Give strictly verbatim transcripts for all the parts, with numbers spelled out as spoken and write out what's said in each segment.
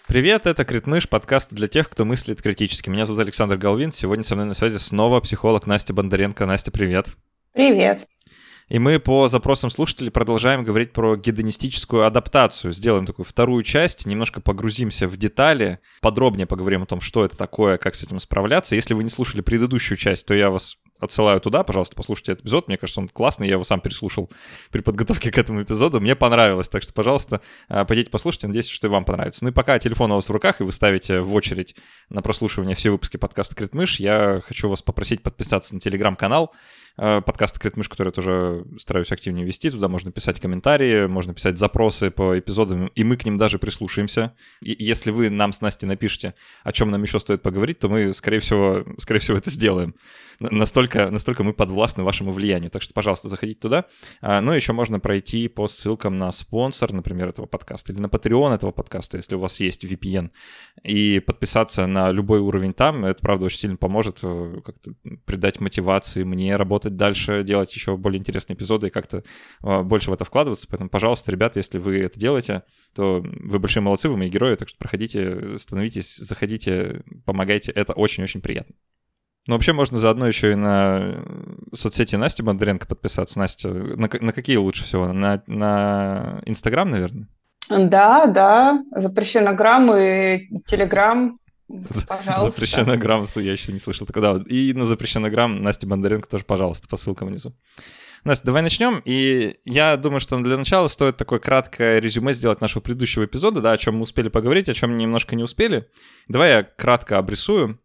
Привет, это Критмыш, подкаст для тех, кто мыслит критически. Меня зовут Александр Головин, сегодня со мной на связи снова психолог Настя Бондаренко. Настя, привет. Привет. И мы по запросам слушателей продолжаем говорить про гедонистическую адаптацию. Сделаем такую вторую часть, немножко погрузимся в детали, подробнее поговорим о том, что это такое, как с этим справляться. Если вы не слушали предыдущую часть, то я вас отсылаю туда, пожалуйста, послушайте этот эпизод. Мне кажется, он классный, я его сам переслушал при подготовке к этому эпизоду. Мне понравилось, так что, пожалуйста, пойдите послушайте, надеюсь, что и вам понравится. Ну и пока телефон у вас в руках, и вы ставите в очередь на прослушивание все выпуски подкаста «Критмыш», я хочу вас попросить подписаться на телеграм-канал подкаста «Критмыш», который я тоже стараюсь активнее вести. Туда можно писать комментарии, можно писать запросы по эпизодам, и мы к ним даже прислушаемся. И если вы нам с Настей напишите, о чем нам еще стоит поговорить, то мы, скорее всего, скорее всего это сделаем. Настолько, настолько мы подвластны вашему влиянию. Так что, пожалуйста, заходите туда. Ну, еще можно пройти по ссылкам на спонсор, например, этого подкаста, или на Patreon этого подкаста, если у вас есть ви пи эн, и подписаться на любой уровень там. Это, правда, очень сильно поможет как-то придать мотивации мне работать дальше, делать еще более интересные эпизоды и как-то больше в это вкладываться. Поэтому, пожалуйста, ребята, если вы это делаете, то вы большие молодцы, вы мои герои, так что проходите, становитесь, заходите, помогайте. Это очень-очень приятно. Ну, вообще можно заодно еще и на соцсети Насти Бондаренко подписаться. Настя, на, на какие лучше всего? На, на Инстаграм, наверное? Да, да. Запрещенограмм и Телеграм. Пожалуйста. Запрещенограмм, я еще не слышал такого. Да, и на запрещенограмм Насти Бондаренко тоже, пожалуйста, по ссылкам внизу. Настя, давай начнем. И я думаю, что для начала стоит такое краткое резюме сделать нашего предыдущего эпизода, да, о чем мы успели поговорить, о чем немножко не успели. Давай я кратко обрисую.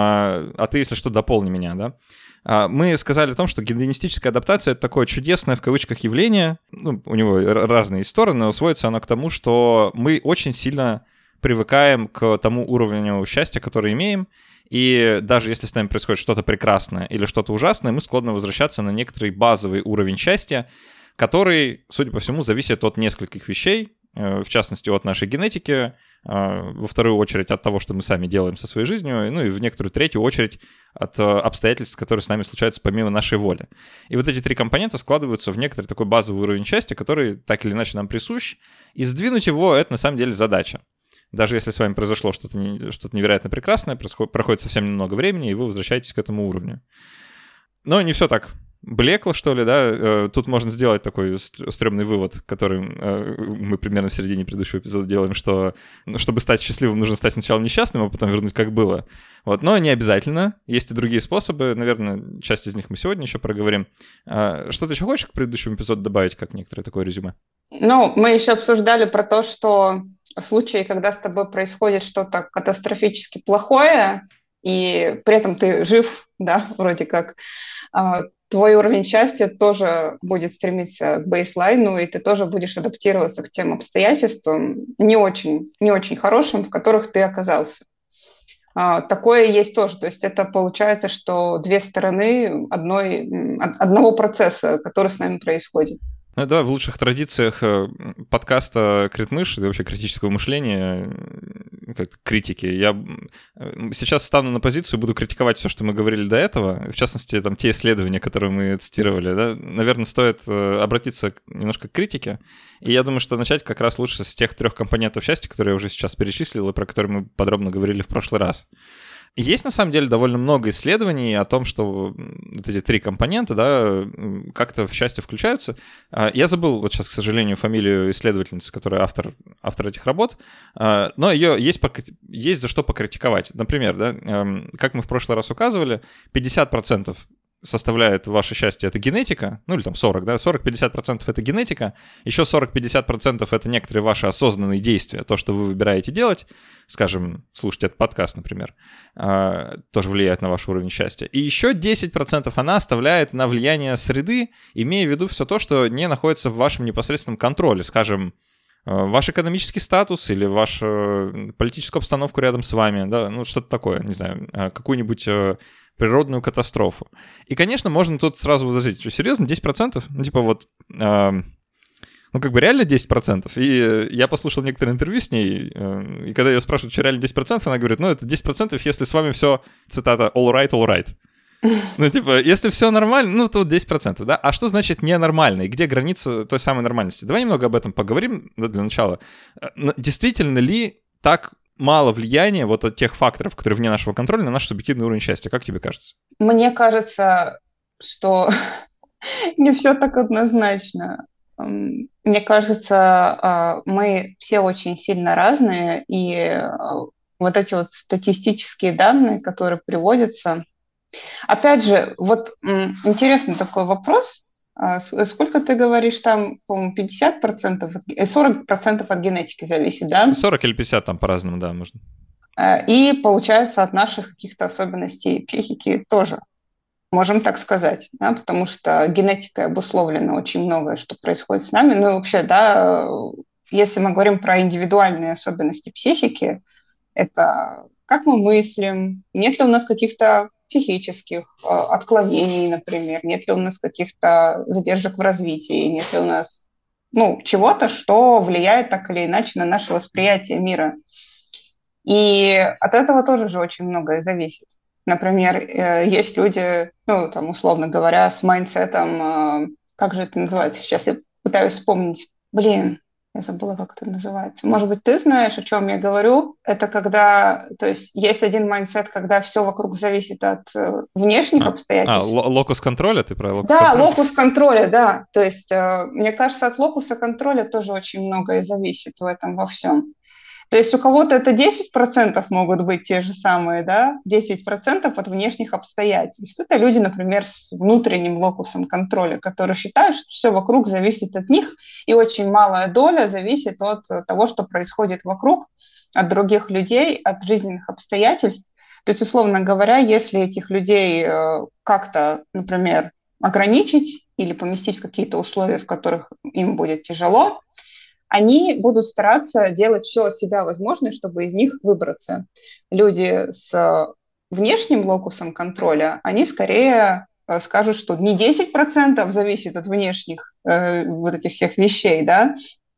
А ты, если что, дополни меня, да? Мы сказали о том, что гедонистическая адаптация — это такое чудесное, в кавычках, явление. Ну, у него разные стороны, но сводится оно к тому, что мы очень сильно привыкаем к тому уровню счастья, который имеем, и даже если с нами происходит что-то прекрасное или что-то ужасное, мы склонны возвращаться на некоторый базовый уровень счастья, который, судя по всему, зависит от нескольких вещей, в частности, от нашей генетики, во вторую очередь от того, что мы сами делаем со своей жизнью, ну и в некоторую третью очередь от обстоятельств, которые с нами случаются помимо нашей воли. И вот эти три компонента складываются в некоторый такой базовый уровень счастья, который так или иначе нам присущ, и сдвинуть его — это на самом деле задача. Даже если с вами произошло что-то, не, что-то невероятно прекрасное, проходит совсем немного времени, и вы возвращаетесь к этому уровню. Но не все так блекло, что ли, да? Тут можно сделать такой стрёмный вывод, который мы примерно в середине предыдущего эпизода делаем, что чтобы стать счастливым, нужно стать сначала несчастным, а потом вернуть как было. Вот. Но не обязательно. Есть и другие способы. Наверное, часть из них мы сегодня еще проговорим. Что ты еще хочешь к предыдущему эпизоду добавить, как некоторое такое резюме? Ну, мы еще обсуждали про то, что в случае, когда с тобой происходит что-то катастрофически плохое, и при этом ты жив, да, вроде как, твой уровень счастья тоже будет стремиться к бейслайну, и ты тоже будешь адаптироваться к тем обстоятельствам не очень, не очень хорошим, в которых ты оказался. Такое есть тоже. То есть это получается, что две стороны одной, одного процесса, который с нами происходит. Ну да, в лучших традициях подкаста «Критмыш», и вообще критического мышления, как критики, я сейчас встану на позицию и буду критиковать все, что мы говорили до этого, в частности, там, те исследования, которые мы цитировали, да, наверное, стоит обратиться немножко к критике, и я думаю, что начать как раз лучше с тех трех компонентов счастья, которые я уже сейчас перечислил, и про которые мы подробно говорили в прошлый раз. Есть, на самом деле, довольно много исследований о том, что вот эти три компонента, да, как-то в счастье включаются. Я забыл вот сейчас, к сожалению, фамилию исследовательницы, которая автор, автор этих работ, но ее есть, есть за что покритиковать. Например, да, как мы в прошлый раз указывали, пятьдесят процентов составляет ваше счастье, это генетика, ну или там сорок, да, сорок-пятьдесят процентов это генетика, еще сорок-пятьдесят процентов это некоторые ваши осознанные действия, то, что вы выбираете делать, скажем, слушать этот подкаст, например, тоже влияет на ваш уровень счастья. И еще десять процентов она оставляет на влияние среды, имея в виду все то, что не находится в вашем непосредственном контроле, скажем, ваш экономический статус или вашу политическую обстановку рядом с вами, да, ну что-то такое, не знаю, какую-нибудь природную катастрофу. И, конечно, можно тут сразу возразить, что серьезно, десять процентов? Ну, типа вот, э, ну, как бы реально десять процентов. И я послушал некоторые интервью с ней, э, и когда ее спрашивают, что реально десять процентов, она говорит, ну, это десять процентов, если с вами все, цитата, all right, all right. Ну, типа, если все нормально, ну, то десять процентов, да? А что значит ненормально? И где граница той самой нормальности? Давай немного об этом поговорим, да, для начала. Действительно ли так мало влияния вот от тех факторов, которые вне нашего контроля, на наш субъективный уровень счастья. Как тебе кажется? Мне кажется, что не все так однозначно. М, Мне кажется, а, мы все очень сильно разные, и а, вот эти вот статистические данные, которые приводятся. Опять же, вот м, интересный такой вопрос. А, с- Сколько ты говоришь там, по-моему, пятьдесят процентов, от ге- э, сорок процентов от генетики зависит, да? сорок или пятьдесят там по-разному, да, можно. Э, И получается от наших каких-то особенностей психики тоже. Можем так сказать, да, потому что генетикой обусловлено очень многое, что происходит с нами. Ну и вообще, да, э, если мы говорим про индивидуальные особенности психики, это как мы мыслим, нет ли у нас каких-то психических э, отклонений, например, нет ли у нас каких-то задержек в развитии, нет ли у нас ну, чего-то, что влияет так или иначе на наше восприятие мира. И от этого тоже же очень многое зависит. Например, э, есть люди, ну, там, условно говоря, с майндсетом, э, как же это называется сейчас, я пытаюсь вспомнить. Блин, я забыла, как это называется. Может быть, ты знаешь, о чем я говорю? Это когда, то есть есть один майндсет, когда все вокруг зависит от э, внешних А, а обстоятельств. ло- локус контроля, ты про локус Да, контроля? локус контроля, да. То есть, э, мне кажется, от локуса контроля тоже очень многое зависит в этом во всем. То есть у кого-то это десять процентов могут быть те же самые, да, десять процентов от внешних обстоятельств. Это люди, например, с внутренним локусом контроля, которые считают, что все вокруг зависит от них, и очень малая доля зависит от того, что происходит вокруг, от других людей, от жизненных обстоятельств. То есть, условно говоря, если этих людей э, как-то, например, ограничить или поместить в какие-то условия, в которых им будет тяжело, они будут стараться делать все от себя возможное, чтобы из них выбраться. Люди с внешним локусом контроля, они скорее э, скажут, что не десять процентов зависит от внешних э, вот этих всех вещей, да,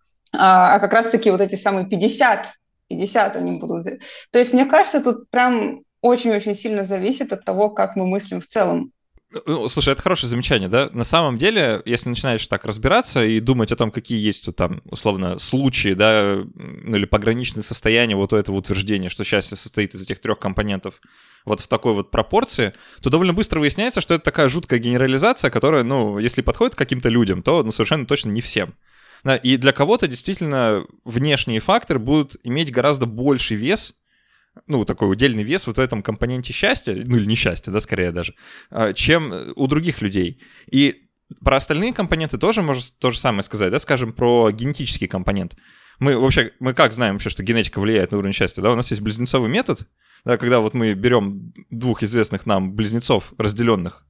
а, а как раз-таки вот эти самые пятьдесят, пятьдесят они будут. То есть, мне кажется, тут прям очень-очень сильно зависит от того, как мы мыслим в целом. Ну, слушай, это хорошее замечание, да? На самом деле, если начинаешь так разбираться и думать о том, какие есть тут там, условно, случаи, да, ну или пограничные состояния вот у этого утверждения, что счастье состоит из этих трех компонентов вот в такой вот пропорции, то довольно быстро выясняется, что это такая жуткая генерализация, которая, ну, если подходит к каким-то людям, то, ну, совершенно точно не всем. Да, и для кого-то действительно внешние факторы будут иметь гораздо больший вес, ну, такой удельный вес вот в этом компоненте счастья, ну, или несчастья, да, скорее даже, чем у других людей. И про остальные компоненты тоже можно то же самое сказать, да, скажем, про генетический компонент. Мы вообще, мы как знаем вообще, что генетика влияет на уровень счастья, да, у нас есть близнецовый метод, да, когда вот мы берем двух известных нам близнецов разделенных,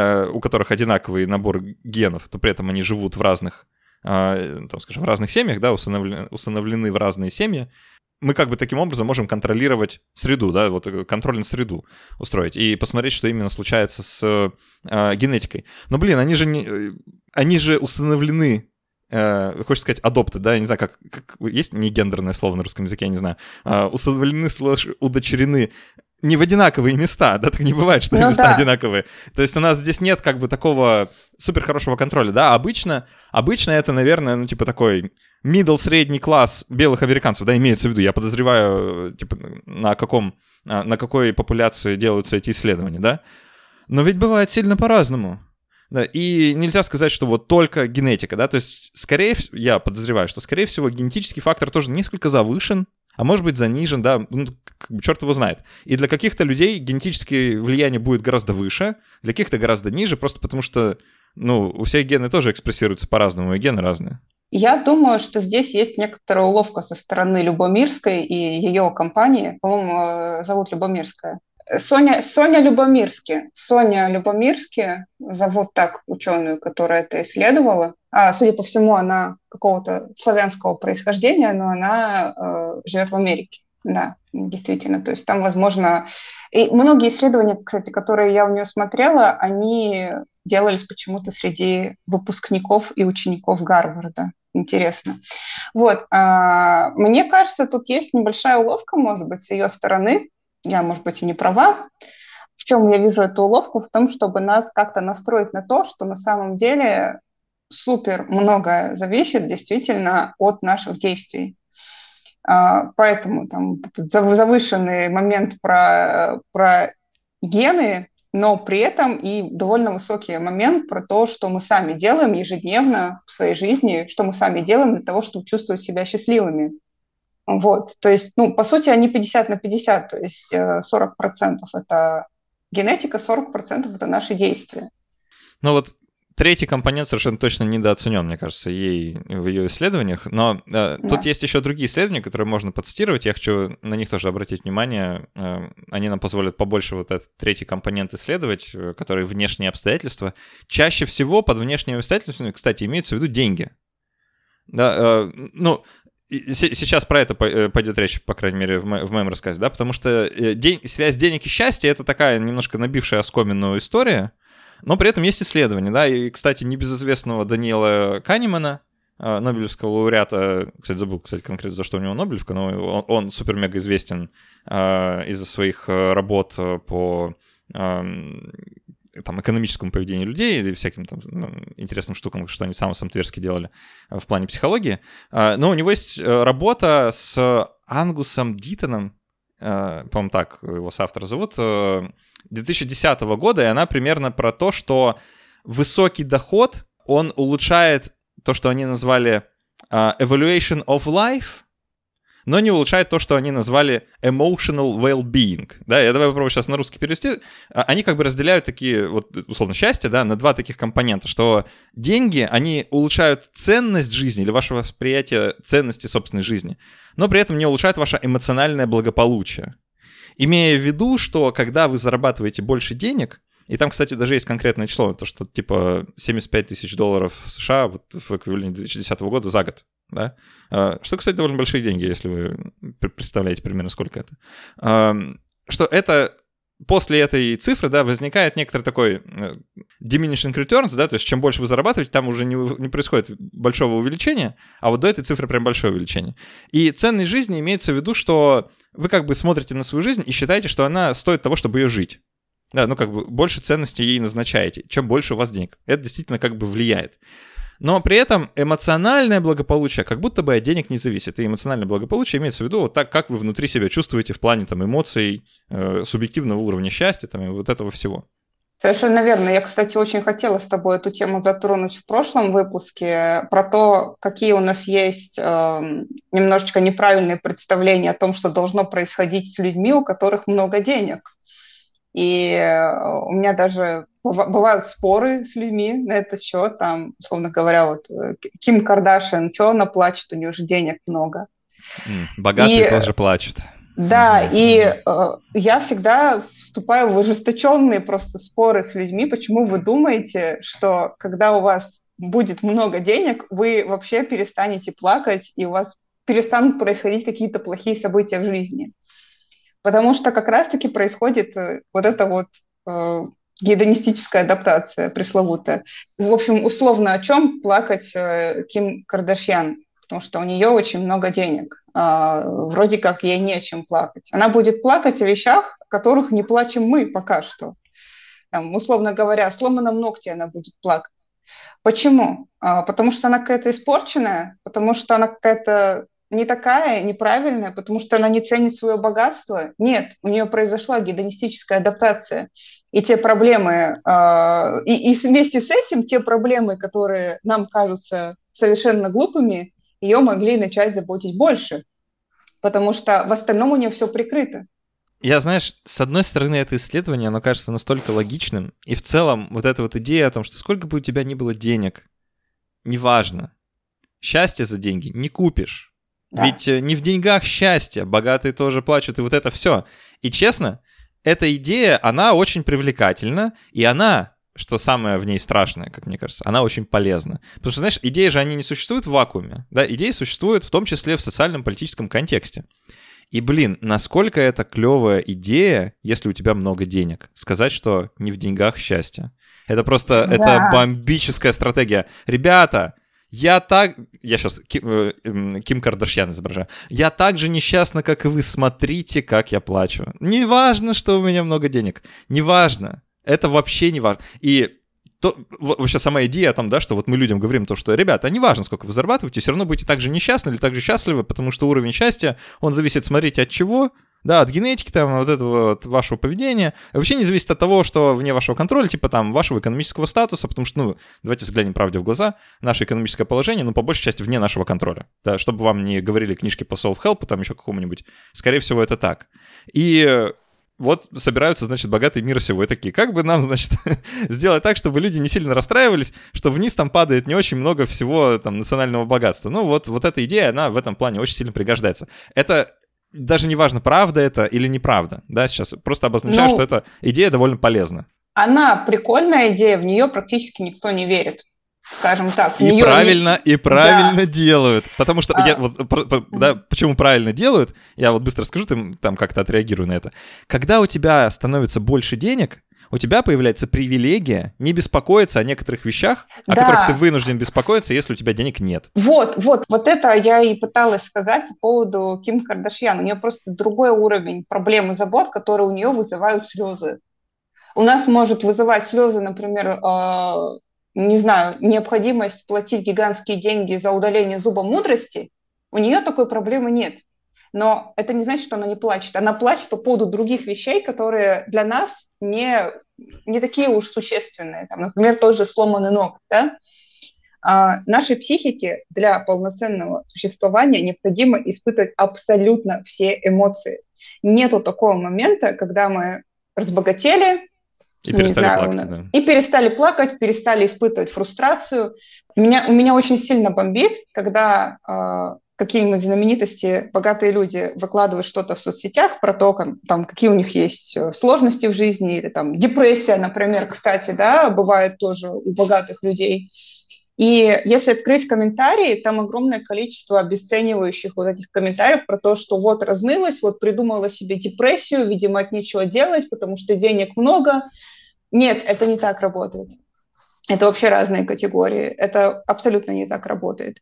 у которых одинаковый набор генов, то при этом они живут в разных, там, скажем, в разных семьях, да, установлены, установлены в разные семьи, мы как бы таким образом можем контролировать среду, да, вот контроль над среду устроить и посмотреть, что именно случается с э, генетикой. Но, блин, они же, не, они же установлены, э, хочешь сказать, adopted, да, я не знаю, как, как есть негендерное слово на русском языке, я не знаю, э, установлены, слэш, удочерены не в одинаковые места, да, так не бывает, что ну, места да. одинаковые. То есть у нас здесь нет как бы такого супер хорошего контроля, да, обычно, обычно это, наверное, ну, типа такой middle, средний класс белых американцев, да, имеется в виду, я подозреваю, типа, на каком, на какой популяции делаются эти исследования, да, но ведь бывает сильно по-разному. Да, и нельзя сказать, что вот только генетика, да, то есть, скорее всего, я подозреваю, что, скорее всего, генетический фактор тоже несколько завышен, а может быть занижен, да, ну, как бы черт его знает. И для каких-то людей генетическое влияние будет гораздо выше, для каких-то гораздо ниже, просто потому что, ну, у всех гены тоже экспрессируются по-разному, и гены разные. Я думаю, что здесь есть некоторая уловка со стороны Любомирской и ее компании, по-моему, зовут Любомирская. Соня, Соня Любомирски. Соня Любомирски, зовут так ученую, которая это исследовала. А, судя по всему, она какого-то славянского происхождения, но она э, живет в Америке. Да, действительно. То есть там, возможно... И многие исследования, кстати, которые я у нее смотрела, они делались почему-то среди выпускников и учеников Гарварда. Интересно. Вот. А, мне кажется, тут есть небольшая уловка, может быть, с ее стороны. Я, может быть, и не права. В чем я вижу эту уловку? В том, чтобы нас как-то настроить на то, что на самом деле супер многое зависит действительно от наших действий. Поэтому там этот завышенный момент про, про гены, но при этом и довольно высокий момент про то, что мы сами делаем ежедневно в своей жизни, что мы сами делаем для того, чтобы чувствовать себя счастливыми. Вот, то есть, ну, по сути, они пятьдесят на пятьдесят, то есть сорок процентов это генетика, сорок процентов это наши действия. Ну вот третий компонент совершенно точно недооценен, мне кажется, ей в ее исследованиях, но э, да. Тут есть еще другие исследования, которые можно подцитировать, я хочу на них тоже обратить внимание, э, они нам позволят побольше вот этот третий компонент исследовать, э, который внешние обстоятельства. Чаще всего под внешними обстоятельствами, кстати, имеются в виду деньги. Да, э, ну, сейчас про это пойдет речь, по крайней мере, в, мо- в моем рассказе, да, потому что день, связь денег и счастья — это такая немножко набившая оскомину история, но при этом есть исследования, да, и, кстати, небезызвестного Даниэла Канемана, нобелевского лауреата, кстати, забыл, кстати, конкретно, за что у него Нобелевка, но он, он супер-мега известен э, из-за своих работ по э, там, экономическому поведению людей и всяким там ну, интересным штукам, что они сам Самтверски делали в плане психологии. Но у него есть работа с Ангусом Дитоном, по-моему, так его соавтора зовут, две тысячи десятого года, и она примерно про то, что высокий доход, он улучшает то, что они назвали evaluation of life, но не улучшает то, что они назвали emotional well-being. Да, я давай попробую сейчас на русский перевести. Они как бы разделяют такие, вот, условно, счастье, да, на два таких компонента, что деньги, они улучшают ценность жизни или ваше восприятие ценности собственной жизни, но при этом не улучшают ваше эмоциональное благополучие. Имея в виду, что когда вы зарабатываете больше денег, и там, кстати, даже есть конкретное число, то, что типа семьдесят пять тысяч долларов США вот, в эквиваленте две тысячи десятого года за год. Да? Что, кстати, довольно большие деньги, если вы представляете примерно, сколько это. Что это после этой цифры, да, возникает некоторый такой diminishing returns, да, то есть чем больше вы зарабатываете, там уже не, не происходит большого увеличения, а вот до этой цифры прям большое увеличение. И ценность жизни имеется в виду, что вы как бы смотрите на свою жизнь и считаете, что она стоит того, чтобы ее жить. Да, ну как бы больше ценности ей назначаете, чем больше у вас денег. Это действительно как бы влияет. Но при этом эмоциональное благополучие как будто бы от денег не зависит. И эмоциональное благополучие имеется в виду вот так, как вы внутри себя чувствуете в плане там, эмоций, э, субъективного уровня счастья там, и вот этого всего. Совершенно верно. Я, кстати, очень хотела с тобой эту тему затронуть в прошлом выпуске, про то, какие у нас есть э, немножечко неправильные представления о том, что должно происходить с людьми, у которых много денег. И у меня даже бывают споры с людьми на этот счет. Там, условно говоря, вот Ким Кардашьян, что она плачет, у нее же денег много. Богатые и, тоже плачут. Да, mm-hmm. и э, я всегда вступаю в ожесточенные просто споры с людьми. Почему вы думаете, что когда у вас будет много денег, вы вообще перестанете плакать, и у вас перестанут происходить какие-то плохие события в жизни? Потому что как раз-таки происходит вот эта вот э, гедонистическая адаптация пресловутая. В общем, условно, о чем плакать э, Ким Кардашьян? Потому что у нее очень много денег. Э, вроде как ей не о чем плакать. Она будет плакать о вещах, о которых не плачем мы пока что. Там, условно говоря, о сломанном ногте она будет плакать. Почему? Э, потому что она какая-то испорченная, потому что она какая-то не такая, неправильная, потому что она не ценит свое богатство. Нет, у нее произошла гедонистическая адаптация. И те проблемы, э, и, и вместе с этим те проблемы, которые нам кажутся совершенно глупыми, ее могли начать заботить больше, потому что в остальном у нее все прикрыто. Я, знаешь, с одной стороны, это исследование, оно кажется настолько логичным, и в целом вот эта вот идея о том, что сколько бы у тебя ни было денег, неважно, счастье за деньги не купишь. Да. Ведь не в деньгах счастье, богатые тоже плачут, и вот это все. И честно, эта идея, она очень привлекательна, и она, что самое в ней страшное, как мне кажется, она очень полезна. Потому что, знаешь, идеи же, они не существуют в вакууме, да, идеи существуют в том числе в социальном политическом контексте. И, блин, насколько это клевая идея, если у тебя много денег, сказать, что не в деньгах счастье. Это просто, да. Это бомбическая стратегия. Ребята, Я так... Я сейчас Ким, Ким Кардашьян изображаю. Я так же несчастна, как и вы. Смотрите, как я плачу. Не важно, что у меня много денег. Не важно. Это вообще не важно. И то, вообще сама идея о том, да, что вот мы людям говорим то, что, ребята, неважно, сколько вы зарабатываете, все равно будете так же несчастны или так же счастливы, потому что уровень счастья, он зависит, смотрите, от чего, да, от генетики, там, вот этого от вашего поведения, вообще не зависит от того, что вне вашего контроля, типа там вашего экономического статуса, потому что, ну, давайте взглянем правде в глаза, наше экономическое положение, ну, по большей части вне нашего контроля, да, чтобы вам не говорили книжки по self-help, там еще какому-нибудь, скорее всего, это так. И вот собираются, значит, богатые мира сего и такие, как бы нам, значит, сделать так, чтобы люди не сильно расстраивались, что вниз там падает не очень много всего там национального богатства. Ну вот, вот эта идея, она в этом плане очень сильно пригождается. Это даже не важно, правда это или неправда, да, сейчас просто обозначаю, ну, что эта идея довольно полезна. Она прикольная идея, в нее практически никто не верит. Скажем так. И правильно, не... и правильно да. делают. Потому что, а... я, вот, да, почему правильно делают, я вот быстро скажу, ты там как-то отреагирую на это. Когда у тебя становится больше денег, у тебя появляется привилегия не беспокоиться о некоторых вещах, о да. которых ты вынужден беспокоиться, если у тебя денег нет. Вот, вот, вот это я и пыталась сказать по поводу Ким Кардашьян. У нее просто другой уровень проблем и забот, которые у нее вызывают слезы. У нас может вызывать слезы, например, не знаю, необходимость платить гигантские деньги за удаление зуба мудрости, у нее такой проблемы нет. Но это не значит, что она не плачет. Она плачет по поводу других вещей, которые для нас не, не такие уж существенные. Там, например, тот же сломанный ног. Да? А нашей психике для полноценного существования необходимо испытывать абсолютно все эмоции. Нету такого момента, когда мы разбогатели, И перестали знаю, плакать, да. И перестали плакать, перестали испытывать фрустрацию. Меня, у меня очень сильно бомбит, когда э, какие-нибудь знаменитости, богатые люди выкладывают что-то в соцсетях про то, как, там, какие у них есть сложности в жизни, или там депрессия, например, кстати, да, бывает тоже у богатых людей. И если открыть комментарии, там огромное количество обесценивающих вот этих комментариев про то, что вот разнылась, вот придумала себе депрессию, видимо, от нечего делать, потому что денег много. Нет, это не так работает. Это вообще разные категории. Это абсолютно не так работает.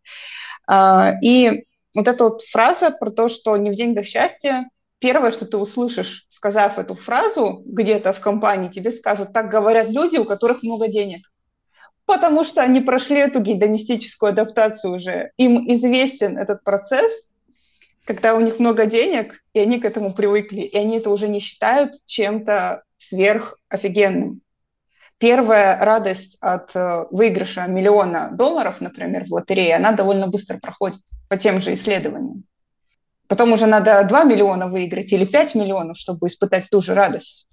И вот эта вот фраза про то, что не в деньгах счастье, первое, что ты услышишь, сказав эту фразу где-то в компании, тебе скажут, так говорят люди, у которых много денег. Потому что они прошли эту гедонистическую адаптацию уже. Им известен этот процесс, когда у них много денег, и они к этому привыкли, и они это уже не считают чем-то сверхофигенным. Первая радость от выигрыша миллиона долларов, например, в лотерее, она довольно быстро проходит по тем же исследованиям. Потом уже надо два миллиона выиграть или пять миллионов, чтобы испытать ту же радость.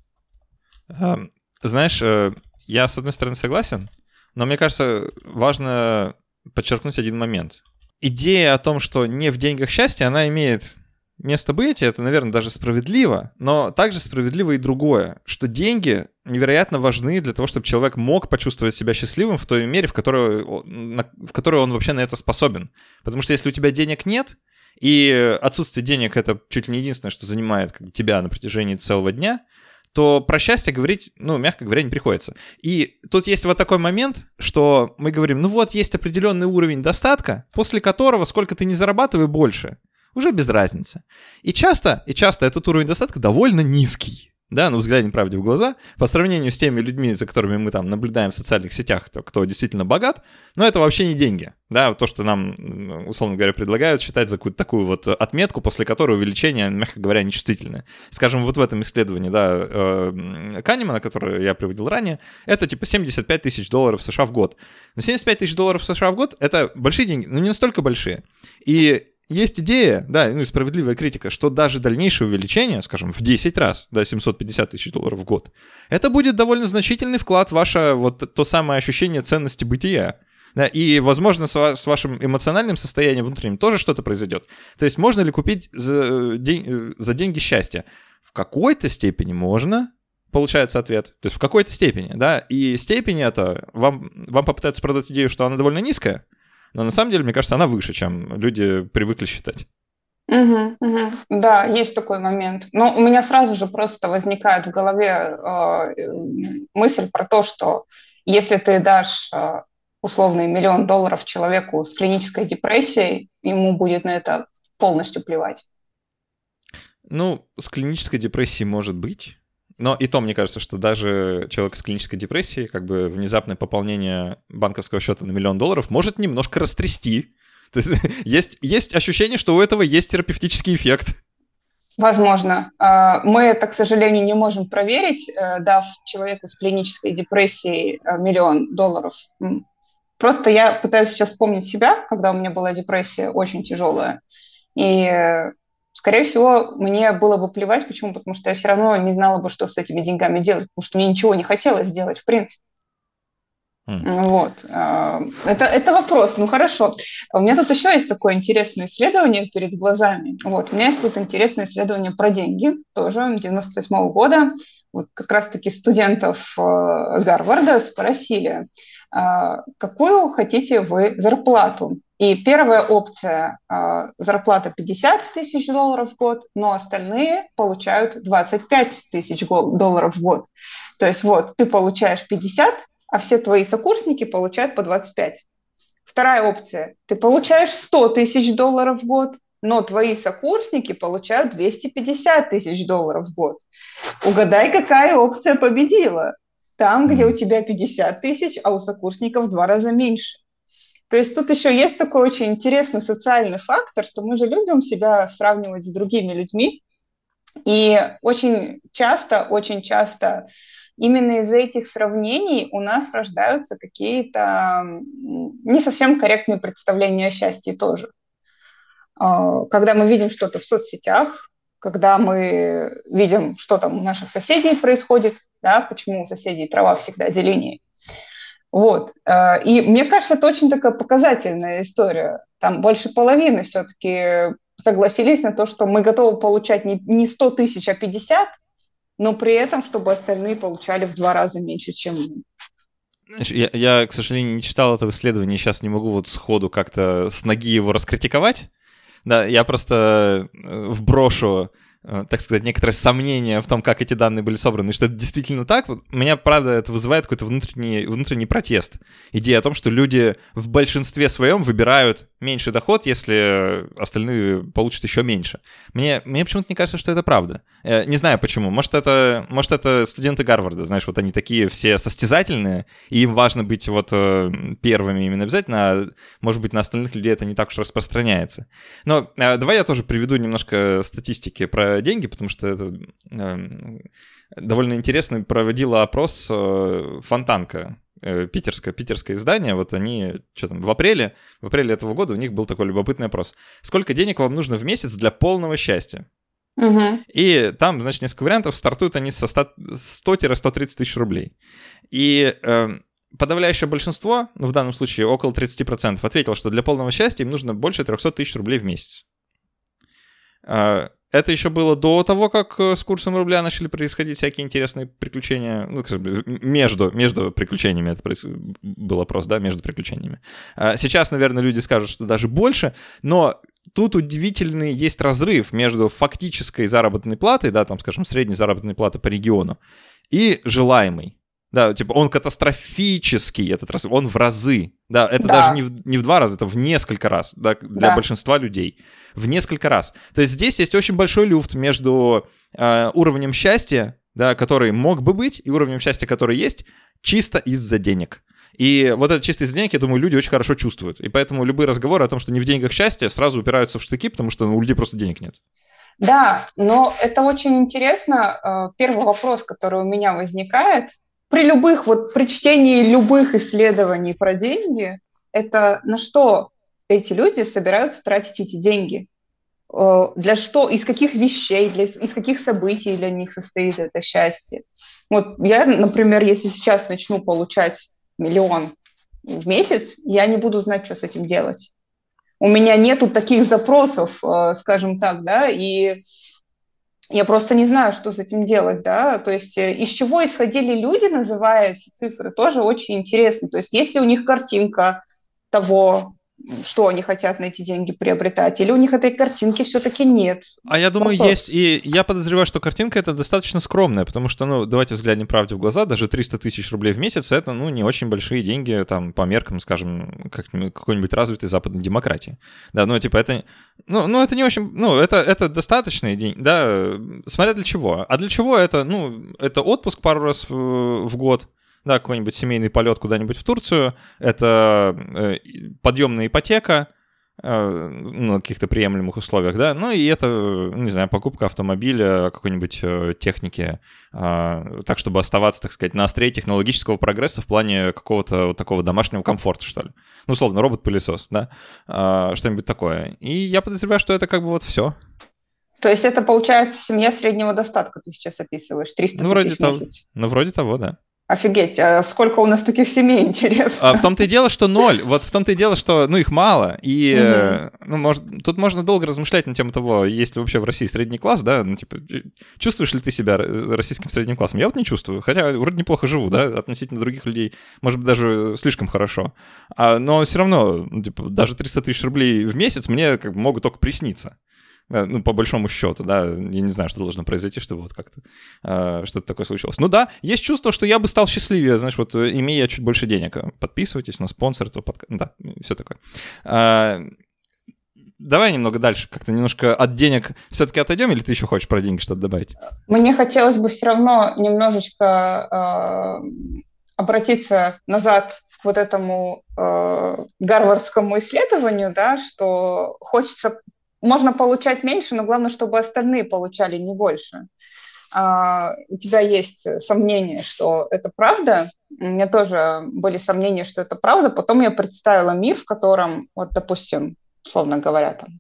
Знаешь, я с одной стороны согласен, но мне кажется, важно подчеркнуть один момент. Идея о том, что не в деньгах счастье, она имеет место быть, это, наверное, даже справедливо, но также справедливо и другое, что деньги невероятно важны для того, чтобы человек мог почувствовать себя счастливым в той мере, в которой, в которой он вообще на это способен. Потому что если у тебя денег нет, и отсутствие денег — это чуть ли не единственное, что занимает тебя на протяжении целого дня, то про счастье говорить, ну, мягко говоря, не приходится. И тут есть вот такой момент, что мы говорим, ну вот есть определенный уровень достатка, после которого сколько ты не зарабатывай больше, уже без разницы. И часто, и часто этот уровень достатка довольно низкий. Да, ну, взглянем правде в глаза, по сравнению с теми людьми, за которыми мы там наблюдаем в социальных сетях, кто, кто действительно богат, но это вообще не деньги, да, то, что нам, условно говоря, предлагают считать за какую-то такую вот отметку, после которой увеличение, мягко говоря, нечувствительное. Скажем, вот в этом исследовании, да, Канемана, которое я приводил ранее, это типа семьдесят пять тысяч долларов США в год. Но семьдесят пять тысяч долларов США в год — это большие деньги, но не настолько большие. И есть идея, да, ну и справедливая критика, что даже дальнейшее увеличение, скажем, в десять раз, да, семьсот пятьдесят тысяч долларов в год, это будет довольно значительный вклад в ваше вот то самое ощущение ценности бытия. Да, и, возможно, с, ва- с вашим эмоциональным состоянием внутренним тоже что-то произойдет. То есть можно ли купить за, день, за деньги счастье? В какой-то степени можно, получается ответ. То есть в какой-то степени, да, и степень это вам, вам попытаются продать идею, что она довольно низкая, но на самом деле, мне кажется, она выше, чем люди привыкли считать. Угу, угу. Да, есть такой момент. Но у меня сразу же просто возникает в голове э, мысль про то, что если ты дашь э, условный миллион долларов человеку с клинической депрессией, ему будет на это полностью плевать. Ну, с клинической депрессией может быть. Но и то, мне кажется, что даже человек с клинической депрессией, как бы внезапное пополнение банковского счета на миллион долларов может немножко растрясти. То есть есть, есть ощущение, что у этого есть терапевтический эффект. Возможно. Мы это, к сожалению, не можем проверить, дав человеку с клинической депрессией миллион долларов. Просто я пытаюсь сейчас вспомнить себя, когда у меня была депрессия очень тяжелая. И, скорее всего, мне было бы плевать. Почему? Потому что я все равно не знала бы, что с этими деньгами делать, потому что мне ничего не хотелось делать, в принципе. Mm. Вот. Это, это вопрос. Ну, хорошо. У меня тут еще есть такое интересное исследование перед глазами. Вот. У меня есть тут интересное исследование про деньги, тоже девяносто восьмого года. Вот как раз-таки студентов Гарварда спросили, какую хотите вы зарплату. И первая опция – зарплата пятьдесят тысяч долларов в год, но остальные получают двадцать пять тысяч долларов в год. То есть вот ты получаешь пятьдесят, а все твои сокурсники получают по двадцать пять. Вторая опция – ты получаешь сто тысяч долларов в год, но твои сокурсники получают двести пятьдесят тысяч долларов в год. Угадай, какая опция победила? Там, где у тебя пятьдесят тысяч, а у сокурсников в два раза меньше. То есть тут еще есть такой очень интересный социальный фактор, что мы же любим себя сравнивать с другими людьми. И очень часто, очень часто именно из-за этих сравнений у нас рождаются какие-то не совсем корректные представления о счастье тоже. Когда мы видим что-то в соцсетях, когда мы видим, что там у наших соседей происходит, да, почему у соседей трава всегда зеленее. Вот. И мне кажется, это очень такая показательная история. Там больше половины все-таки согласились на то, что мы готовы получать не сто тысяч, а пятьдесят, но при этом, чтобы остальные получали в два раза меньше, чем мы. Я, я, к сожалению, не читал этого исследования, сейчас не могу вот сходу как-то с ноги его раскритиковать. Да, я просто вброшу, так сказать, некоторые сомнения в том, как эти данные были собраны, и что это действительно так. Меня, правда, это вызывает какой-то внутренний, внутренний протест. Идея о том, что люди в большинстве своем выбирают меньший доход, если остальные получат еще меньше. Мне, мне почему-то не кажется, что это правда. Я не знаю почему. Может это, может, это студенты Гарварда, знаешь, вот они такие все состязательные, и им важно быть вот первыми именно обязательно, а может быть, на остальных людей это не так уж распространяется. Но давай я тоже приведу немножко статистики про деньги, потому что это э, довольно интересно. Проводила опрос э, Фонтанка, э, питерское, питерское издание. Вот они, что там, в апреле, в апреле этого года у них был такой любопытный опрос. Сколько денег вам нужно в месяц для полного счастья? Угу. И там, значит, несколько вариантов. Стартуют они со сто - сто тридцать тысяч рублей. И э, подавляющее большинство, ну, в данном случае около тридцать процентов, ответило, что для полного счастья им нужно больше триста тысяч рублей в месяц. Э, Это еще было до того, как с курсом рубля начали происходить всякие интересные приключения. Ну, между, между приключениями это проис... был опрос, да, между приключениями. Сейчас, наверное, люди скажут, что даже больше, но тут удивительный есть разрыв между фактической заработной платой, да, там, скажем, средней заработной платы по региону, и желаемой. Да, типа он катастрофический, этот раз, он в разы. Да, это да. даже не в, не в два раза, это в несколько раз, да, для да. большинства людей. В несколько раз. То есть здесь есть очень большой люфт между э, уровнем счастья, да, который мог бы быть, и уровнем счастья, который есть, чисто из-за денег. И вот это чисто из-за денег, я думаю, люди очень хорошо чувствуют. И поэтому любые разговоры о том, что не в деньгах счастье, сразу упираются в штыки, потому что ну, у людей просто денег нет. Да, но это очень интересно. Первый вопрос, который у меня возникает, при любых, вот при чтении любых исследований про деньги, это на что эти люди собираются тратить эти деньги? Для что, из каких вещей, для, из каких событий для них состоит это счастье? Вот я, например, если сейчас начну получать миллион в месяц, я не буду знать, что с этим делать. У меня нету таких запросов, скажем так, да, и я просто не знаю, что с этим делать, да, то есть из чего исходили люди, называя эти цифры, тоже очень интересно. То есть есть ли у них картинка того, что они хотят на эти деньги приобретать, или у них этой картинки все-таки нет. А я думаю, Вопрос. есть, и я подозреваю, что картинка эта достаточно скромная, потому что, ну, давайте взглянем правде в глаза, даже триста тысяч рублей в месяц — это, ну, не очень большие деньги, там, по меркам, скажем, как, какой-нибудь развитой западной демократии. Да, ну, типа, это, ну, ну это не очень, ну, это, это достаточные деньги, да, смотря для чего. А для чего это, ну, это отпуск пару раз в, в год, да, какой-нибудь семейный полет куда-нибудь в Турцию, это э, подъемная ипотека, на каких-то приемлемых условиях, да, ну и это, не знаю, покупка автомобиля, какой-нибудь техники, так, чтобы оставаться, так сказать, на острие технологического прогресса в плане какого-то вот такого домашнего комфорта, что ли. Ну, условно, робот-пылесос, да, что-нибудь такое. И я подозреваю, что это как бы вот все. То есть это, получается, семья среднего достатка ты сейчас описываешь, триста ну, тысяч в того, месяц. Ну, вроде того, да. Офигеть, а сколько у нас таких семей, интересно? А в том-то и дело, что ноль. Вот в том-то и дело, что, ну, их мало. И, угу. ну, может, тут можно долго размышлять на тему того, есть ли вообще в России средний класс, да, ну, типа, чувствуешь ли ты себя российским средним классом? Я вот не чувствую, хотя вроде неплохо живу, да, относительно других людей, может быть, даже слишком хорошо. А, но все равно, ну, типа, даже триста тысяч рублей в месяц мне как бы могут только присниться. Ну, по большому счету, да, я не знаю, что должно произойти, чтобы вот как-то э, что-то такое случилось. Ну да, есть чувство, что я бы стал счастливее, знаешь, вот имея чуть больше денег. Подписывайтесь на спонсор этого подкаста, да, все такое. А, давай немного дальше, как-то немножко от денег все-таки отойдем, или ты еще хочешь про деньги что-то добавить? Мне хотелось бы все равно немножечко э, обратиться назад к вот этому э, гарвардскому исследованию, да, что хочется... Можно получать меньше, но главное, чтобы остальные получали не больше. А, у тебя есть сомнения, что это правда. У меня тоже были сомнения, что это правда. Потом я представила мир, в котором, вот, допустим, условно говоря, там,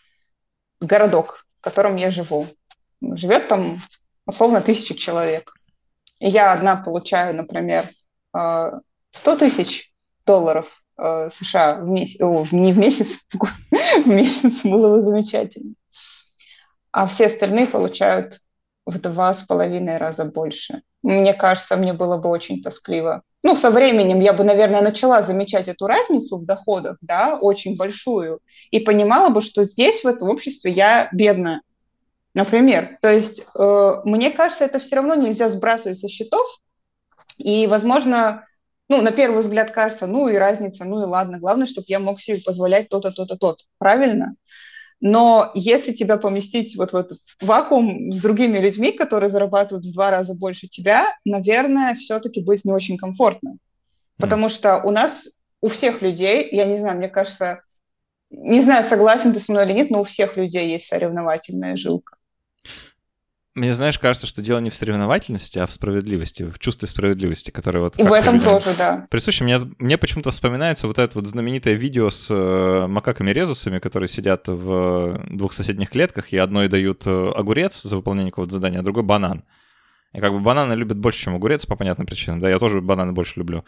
городок, в котором я живу. Живет там, условно, тысяча человек. И я одна получаю, например, сто тысяч долларов США в месяц, о, не в месяц, в год, в месяц было бы замечательно. А все остальные получают в два с половиной раза больше. Мне кажется, мне было бы очень тоскливо. Ну, со временем я бы, наверное, начала замечать эту разницу в доходах, да, очень большую, и понимала бы, что здесь, в этом обществе, я бедная, например. То есть, э, мне кажется, это все равно нельзя сбрасывать со счетов, и, возможно, ну, на первый взгляд кажется, ну и разница, ну и ладно, главное, чтобы я мог себе позволять то-то, то-то, то-то, правильно? Но если тебя поместить вот в этот вакуум с другими людьми, которые зарабатывают в два раза больше тебя, наверное, все-таки будет не очень комфортно. Потому что у нас, у всех людей, я не знаю, мне кажется, не знаю, согласен ты со мной или нет, но у всех людей есть соревновательная жилка. Мне, знаешь, кажется, что дело не в соревновательности, а в справедливости, в чувстве справедливости, которое вот... И в этом тоже, да. Присуще. Мне, мне почему-то вспоминается вот это вот знаменитое видео с э, макаками-резусами, которые сидят в двух соседних клетках, и одной дают огурец за выполнение какого-то задания, а другой банан. И как бы бананы любят больше, чем огурец, по понятным причинам. Да, я тоже бананы больше люблю.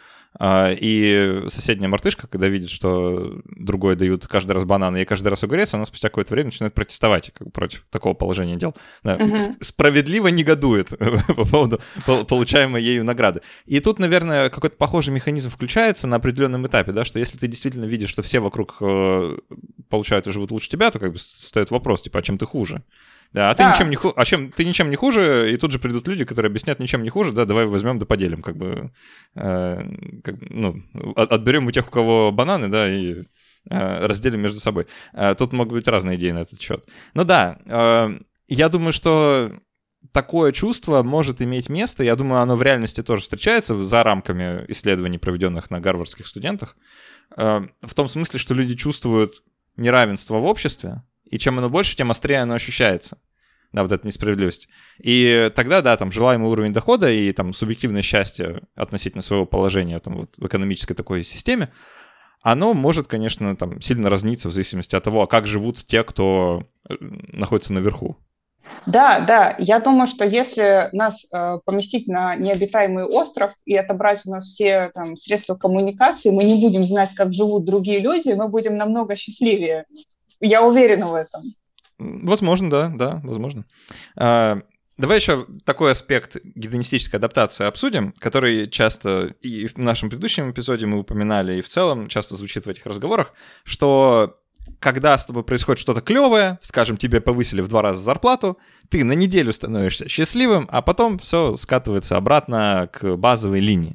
И соседняя мартышка, когда видит, что другой дают каждый раз бананы и каждый раз огурец, она спустя какое-то время начинает протестовать как бы, против такого положения дел. Да, uh-huh. Справедливо негодует по поводу получаемой ею награды. И тут, наверное, какой-то похожий механизм включается на определенном этапе, да, что если ты действительно видишь, что все вокруг получают и живут лучше тебя, то как бы стоит вопрос, типа, а чем ты хуже? Да, а ты, да. Ничем не ху... а чем... ты ничем не хуже, и тут же придут люди, которые объяснят, ничем не хуже, да, давай возьмем да поделим, как бы, э, как, ну, отберем у тех, у кого бананы, да, и э, разделим между собой. Э, тут могут быть разные идеи на этот счет. Ну да, э, я думаю, что такое чувство может иметь место, я думаю, оно в реальности тоже встречается за рамками исследований, проведенных на гарвардских студентах, э, в том смысле, что люди чувствуют неравенство в обществе, и чем оно больше, тем острее оно ощущается. Да, вот эта несправедливость. И тогда, да, там, желаемый уровень дохода и там субъективное счастье относительно своего положения там, вот, в экономической такой системе, оно может, конечно, там, сильно разниться в зависимости от того, а как живут те, кто находится наверху. Да, да, я думаю, что если нас э, поместить на необитаемый остров и отобрать у нас все там, средства коммуникации, мы не будем знать, как живут другие люди, мы будем намного счастливее. Я уверена в этом. Возможно, да, да, возможно. А, Давай еще такой аспект гедонистической адаптации обсудим, который часто и в нашем предыдущем эпизоде мы упоминали, и в целом часто звучит в этих разговорах, что когда с тобой происходит что-то клевое, скажем, тебе повысили в два раза зарплату, ты на неделю становишься счастливым, а потом все скатывается обратно к базовой линии.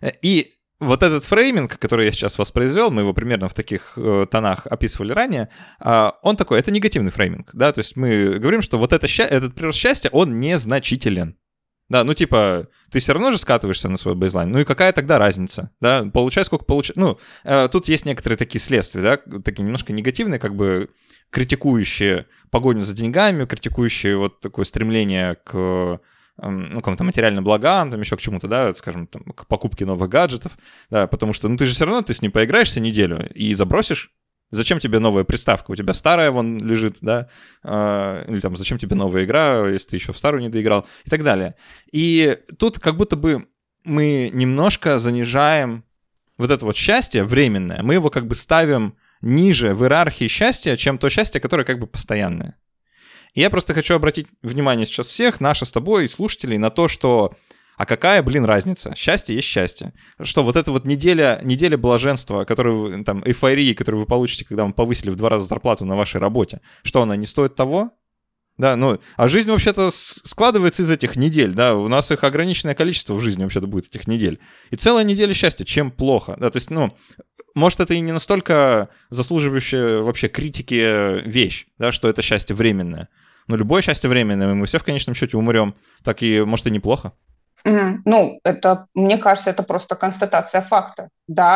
И вот этот фрейминг, который я сейчас воспроизвел, мы его примерно в таких э, тонах описывали ранее, э, он такой, это негативный фрейминг, да, то есть мы говорим, что вот это, этот прирост счастья, он незначителен. Да, ну типа, ты все равно же скатываешься на свой бейзлайн, ну и какая тогда разница, да, получай сколько получай, ну, э, тут есть некоторые такие следствия, да, такие немножко негативные, как бы критикующие погоню за деньгами, критикующие вот такое стремление к, ну, каким-то материальным благам, там еще к чему-то, да, скажем, там, к покупке новых гаджетов, да, потому что, ну, ты же все равно, ты с ним поиграешься неделю и забросишь. Зачем тебе новая приставка? У тебя старая вон лежит, да, э, или там, зачем тебе новая игра, если ты еще в старую не доиграл, и так далее. И тут как будто бы мы немножко занижаем вот это вот счастье временное, мы его как бы ставим ниже в иерархии счастья, чем то счастье, которое как бы постоянное. И я просто хочу обратить внимание сейчас всех, наше с тобой, и слушателей, на то, что а какая, блин, разница? Счастье есть счастье. Что вот эта вот неделя, неделя блаженства, которую, там, эйфории, которую вы получите, когда вам повысили в два раза зарплату на вашей работе, что она не стоит того? Да, ну, а жизнь вообще-то складывается из этих недель, да, у нас их ограниченное количество в жизни вообще-то будет, этих недель. И целая неделя счастья, чем плохо, да, то есть, ну, может, это и не настолько заслуживающая вообще критики вещь, да, что это счастье временное. Но любое счастье временное, мы все в конечном счете умрем, так и, может, и неплохо. Mm-hmm. Ну, это, мне кажется, это просто констатация факта.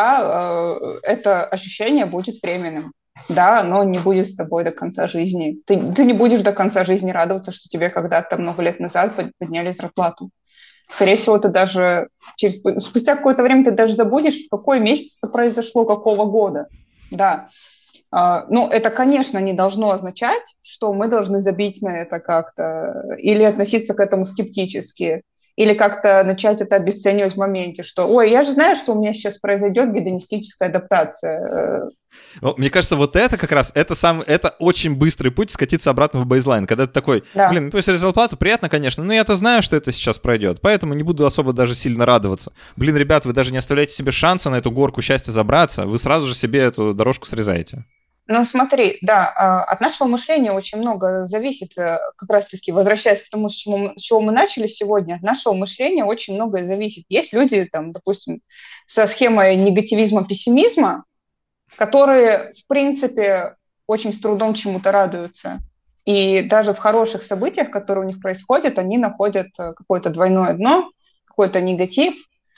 Да, э, это ощущение будет временным. Да, оно не будет с тобой до конца жизни. Ты, ты не будешь до конца жизни радоваться, что тебе когда-то много лет назад подняли зарплату. Скорее всего, ты даже через, спустя какое-то время ты даже забудешь, в какой месяц это произошло, какого года. Да. Uh, ну, это, конечно, не должно означать, что мы должны забить на это как-то или относиться к этому скептически, или как-то начать это обесценивать в моменте, что, ой, я же знаю, что у меня сейчас произойдет гедонистическая адаптация. Ну, мне кажется, вот это как раз, это, сам, это очень быстрый путь скатиться обратно в бейзлайн, когда ты такой, да. блин, повысили зарплату, приятно, конечно, но я-то знаю, что это сейчас пройдет, поэтому не буду особо даже сильно радоваться. Блин, ребят, вы даже не оставляете себе шанса на эту горку счастья забраться, вы сразу же себе эту дорожку срезаете. Ну, смотри, да, от нашего мышления очень много зависит, как раз-таки, возвращаясь к тому, с чего, с чего мы начали сегодня, от нашего мышления очень многое зависит. Есть люди, там, допустим, со схемой негативизма, пессимизма, которые, в принципе, очень с трудом чему-то радуются. И даже в хороших событиях, которые у них происходят, они находят какое-то двойное дно, какой-то негатив.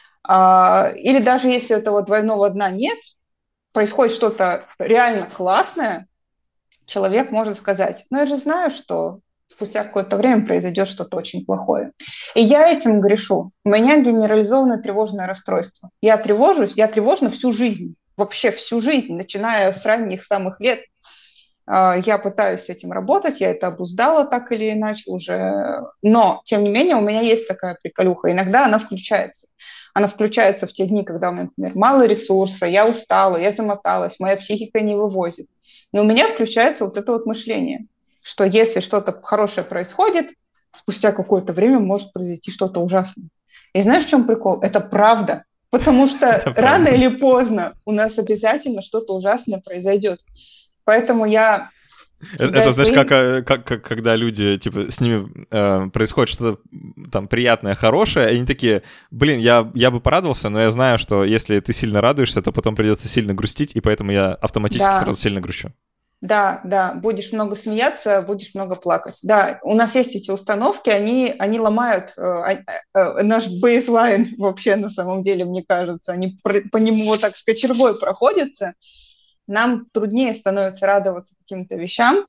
Или даже если этого двойного дна нет, происходит что-то реально классное, человек может сказать, ну я же знаю, что спустя какое-то время произойдет что-то очень плохое. И я этим грешу. У меня генерализованное тревожное расстройство. Я тревожусь, я тревожна всю жизнь, вообще всю жизнь, начиная с ранних самых лет. Я пытаюсь с этим работать, я это обуздала так или иначе уже, но, тем не менее, у меня есть такая приколюха, иногда она включается. Она включается в те дни, когда у меня, например, мало ресурса, я устала, я замоталась, моя психика не вывозит. Но у меня включается вот это вот мышление, что если что-то хорошее происходит, спустя какое-то время может произойти что-то ужасное. И знаешь, в чем прикол? Это правда. Потому что рано или поздно у нас обязательно что-то ужасное произойдет. Поэтому я... Это, это знаешь, как, как, как когда люди, типа, с ними э, происходит что-то там приятное, хорошее, и они такие, блин, я, я бы порадовался, но я знаю, что если ты сильно радуешься, то потом придется сильно грустить, и поэтому я автоматически да. сразу сильно грущу. Да, да, будешь много смеяться, будешь много плакать. Да, у нас есть эти установки, они, они ломают э, э, наш бейслайн вообще на самом деле, мне кажется. Они про, по нему вот так с кочергой проходятся. Нам труднее становится радоваться каким-то вещам.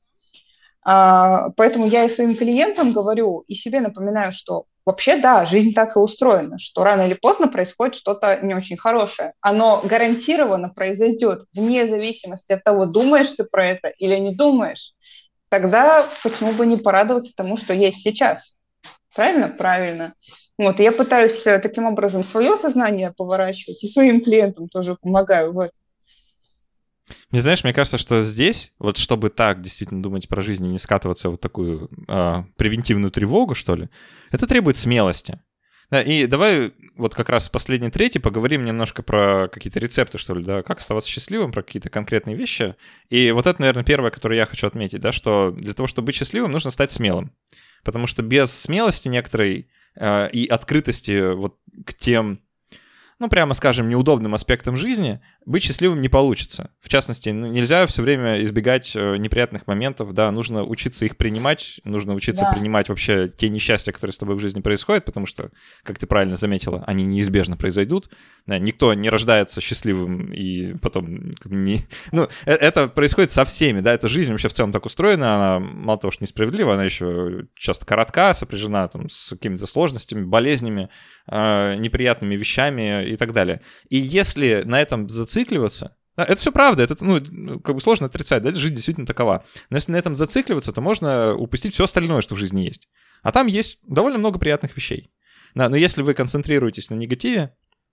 А, поэтому я и своим клиентам говорю, и себе напоминаю, что вообще, да, жизнь так и устроена, что рано или поздно происходит что-то не очень хорошее. Оно гарантированно произойдет, вне зависимости от того, думаешь ты про это или не думаешь. Тогда почему бы не порадоваться тому, что есть сейчас? Правильно? Правильно. Вот, и я пытаюсь таким образом свое сознание поворачивать, и своим клиентам тоже помогаю в этом. Мне, знаешь, мне кажется, что здесь, вот чтобы так действительно думать про жизнь и не скатываться в вот такую а, превентивную тревогу, что ли, это требует смелости. Да, и давай вот как раз в последней трети поговорим немножко про какие-то рецепты, что ли, да, как оставаться счастливым, про какие-то конкретные вещи. И вот это, наверное, первое, которое я хочу отметить, да, что для того, чтобы быть счастливым, нужно стать смелым. Потому что без смелости некоторой э, и открытости вот к тем, ну, прямо скажем, неудобным аспектам жизни, быть счастливым не получится. В частности, ну, нельзя все время избегать э, неприятных моментов, да, нужно учиться их принимать, нужно учиться Да. принимать вообще те несчастья, которые с тобой в жизни происходят, потому что, как ты правильно заметила, они неизбежно произойдут. Да, никто не рождается счастливым и потом как бы, не... Ну, э- это происходит со всеми, да, эта жизнь вообще в целом так устроена, она мало того, что несправедлива, она еще часто коротка, сопряжена там с какими-то сложностями, болезнями, э, неприятными вещами и так далее. И если на этом зацикливаться, да, это все правда, это ну, как бы сложно отрицать, да, жизнь действительно такова. Но если на этом зацикливаться, то можно упустить все остальное, что в жизни есть. А там есть довольно много приятных вещей. Да, но если вы концентрируетесь на негативе,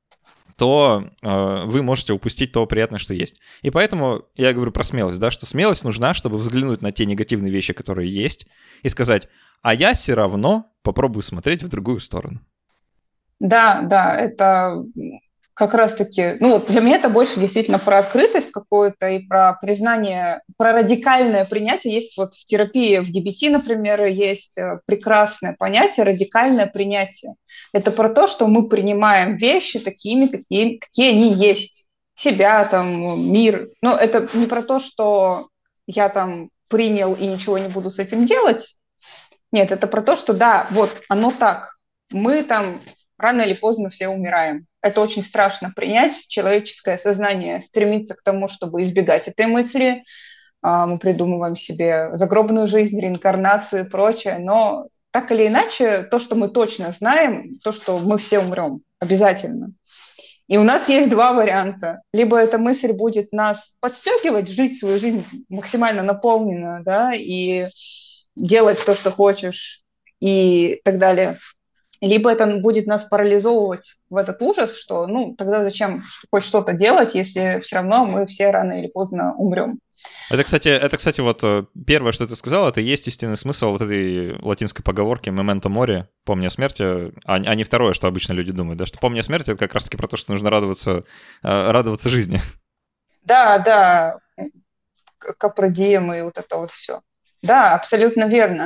то э, вы можете упустить то приятное, что есть. И поэтому я говорю про смелость, да, что смелость нужна, чтобы взглянуть на те негативные вещи, которые есть, и сказать, а я все равно попробую смотреть в другую сторону. Да, да, это как раз-таки, ну вот для меня это больше действительно про открытость какую-то и про признание, про радикальное принятие. Есть вот в терапии, в ди би ти, например, есть э, прекрасное понятие радикальное принятие. Это про то, что мы принимаем вещи такими, какие, какие они есть. Себя, там, мир. Но это не про то, что я там принял и ничего не буду с этим делать. Нет, это про то, что да, вот оно так. Мы там рано или поздно все умираем. Это очень страшно принять. Человеческое сознание стремится к тому, чтобы избегать этой мысли. А, Мы придумываем себе загробную жизнь, реинкарнацию и прочее. Но так или иначе, то, что мы точно знаем, то, что мы все умрем обязательно. И у нас есть два варианта. Либо эта мысль будет нас подстегивать, жить свою жизнь максимально наполненно, да, и делать то, что хочешь, и так далее. Либо это будет нас парализовывать в этот ужас, что, ну, тогда зачем хоть что-то делать, если все равно мы все рано или поздно умрем. Это, кстати, это, кстати, вот э, первое, что ты сказал, это и есть истинный смысл вот этой латинской поговорки «memento mori», «помни о смерти», а, а не второе, что обычно люди думают, да, что «помни о смерти» — это как раз-таки про то, что нужно радоваться, э, радоваться жизни. Да, да, капродием и вот это вот все. Да, абсолютно верно.